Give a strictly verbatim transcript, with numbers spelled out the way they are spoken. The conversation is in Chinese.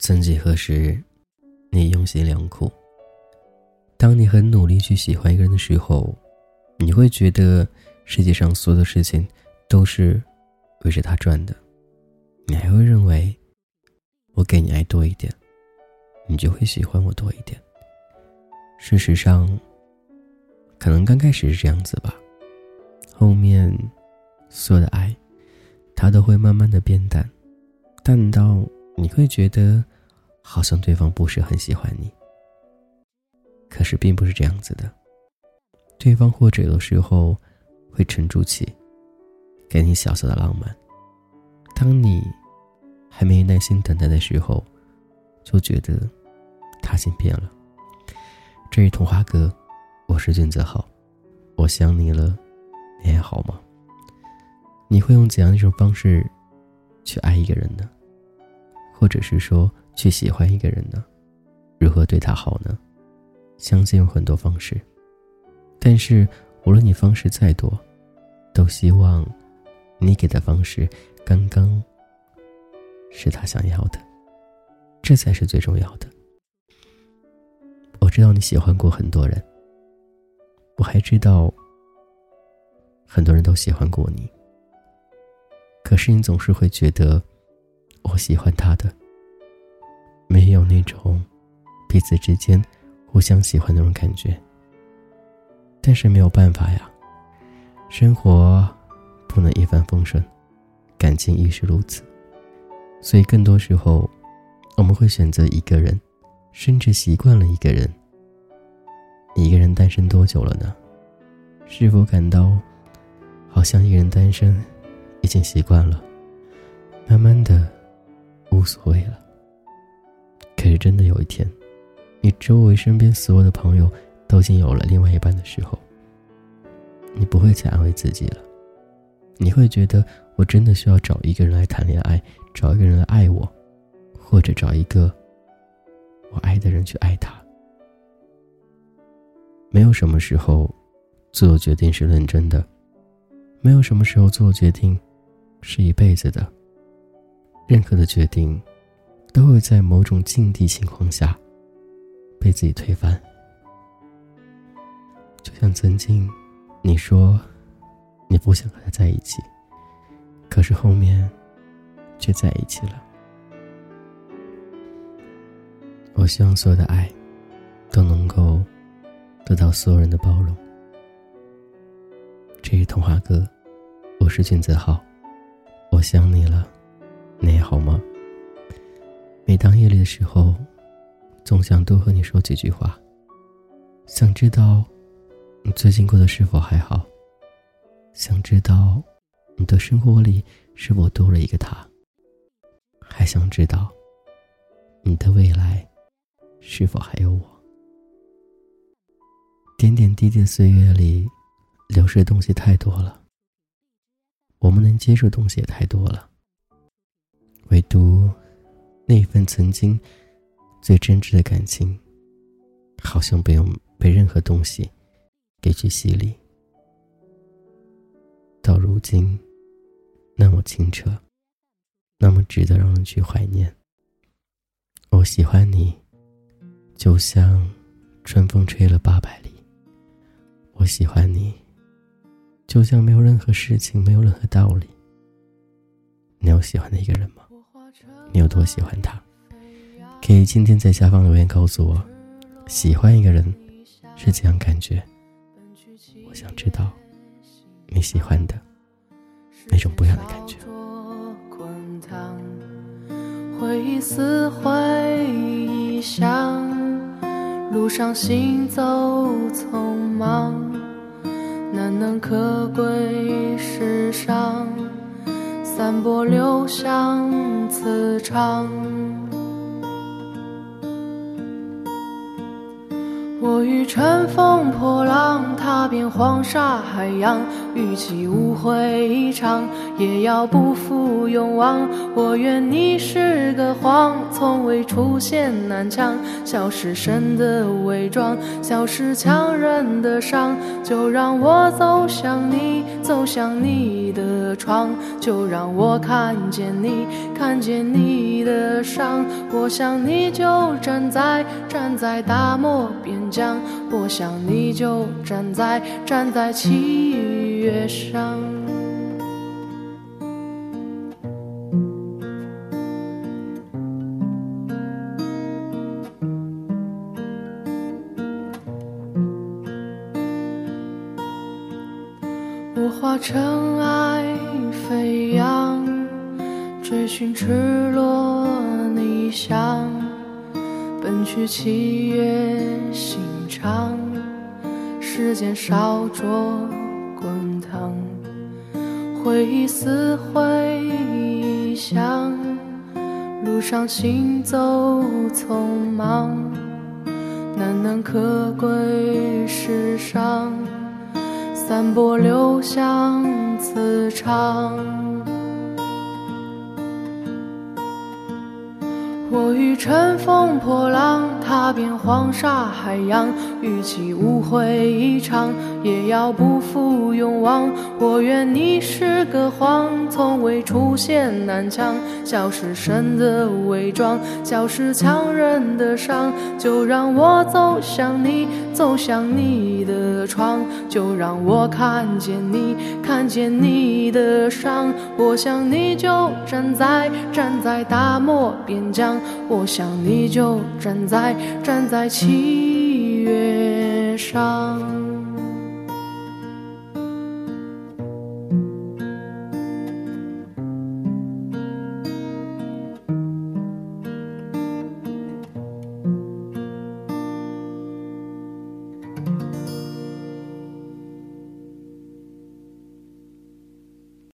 曾几何时，你用心良苦。当你很努力去喜欢一个人的时候，你会觉得世界上所有的事情都是围着他转的。你还会认为，我给你爱多一点，你就会喜欢我多一点。事实上，可能刚开始是这样子吧，后面所有的爱，它都会慢慢的变淡，淡到你会觉得好像对方不是很喜欢你。可是并不是这样子的，对方或者有的时候会沉住气，给你小小的浪漫。当你还没耐心等待的时候，就觉得他先变了。这是童话歌，我是俊泽浩，我想你了，你还好吗？你会用怎样的一种方式去爱一个人呢？或者是说去喜欢一个人呢？如何对他好呢？相信有很多方式，但是无论你方式再多，都希望你给的方式刚刚是他想要的，这才是最重要的。我知道你喜欢过很多人，我还知道很多人都喜欢过你，可是你总是会觉得我喜欢他的，没有那种彼此之间互相喜欢那种感觉。但是没有办法呀，生活不能一帆风顺，感情亦是如此。所以更多时候我们会选择一个人，甚至习惯了一个人。你一个人单身多久了呢？是否感到好像一个人单身已经习惯了，慢慢的无所谓了？可是真的有一天，你周围身边所有的朋友都已经有了另外一半的时候，你不会再安慰自己了。你会觉得，我真的需要找一个人来谈恋爱，找一个人来爱我，或者找一个我爱的人去爱他。没有什么时候做决定是认真的，没有什么时候做决定是一辈子的。任何的决定都会在某种境地情况下被自己推翻。就像曾经你说你不想和他在一起，可是后面却在一起了。我希望所有的爱都能够得到所有人的包容。这是童话歌，我是俊泽浩，我想你了，你还好吗？每当夜里的时候，总想多和你说几句话，想知道你最近过得是否还好，想知道你的生活里是否多了一个他，还想知道你的未来是否还有我。点点滴滴的岁月里，流逝的东西太多了，我们能接受的东西也太多了，唯独那份曾经最真挚的感情，好像不用被任何东西给去洗礼。到如今那么清澈，那么值得让人去怀念。我喜欢你，就像春风吹了八百里。我喜欢你，就像没有任何事情，没有任何道理。你有喜欢的一个人吗？你有多喜欢他？可以今天在下方留言告诉我，喜欢一个人是怎样感觉？我想知道你喜欢的那种不一样的感觉。 回忆似回忆像路上行走匆忙，难能可贵世上散播留香磁场。 我欲乘风破浪，踏遍黄沙海洋，与其误会一场，也要不负勇往。我愿你是个谎，从未出现南墙，笑是神的伪装，笑是强忍的伤。就让我走向你，走向你的窗，就让我看见你，看见你的伤。我想你就站在站在大漠边疆，我想你就站在站在七月上。我化尘埃飞扬，追寻赤裸逆翔，奔去七月心肠，时间烧灼滚烫，回忆撕毁臆想，路上行走匆忙，难能可贵世上，散播留香磁场。我欲乘风破浪，踏遍黄沙海洋，与其误会一场，也要不负勇往。我愿你是个谎，从未出现南墙，笑是神的伪装，笑是强忍的伤。就让我走向你，走向你的窗，就让我看见你，看见你的伤。我想你就站在站在大漠边疆，我想你就站在站在七月上。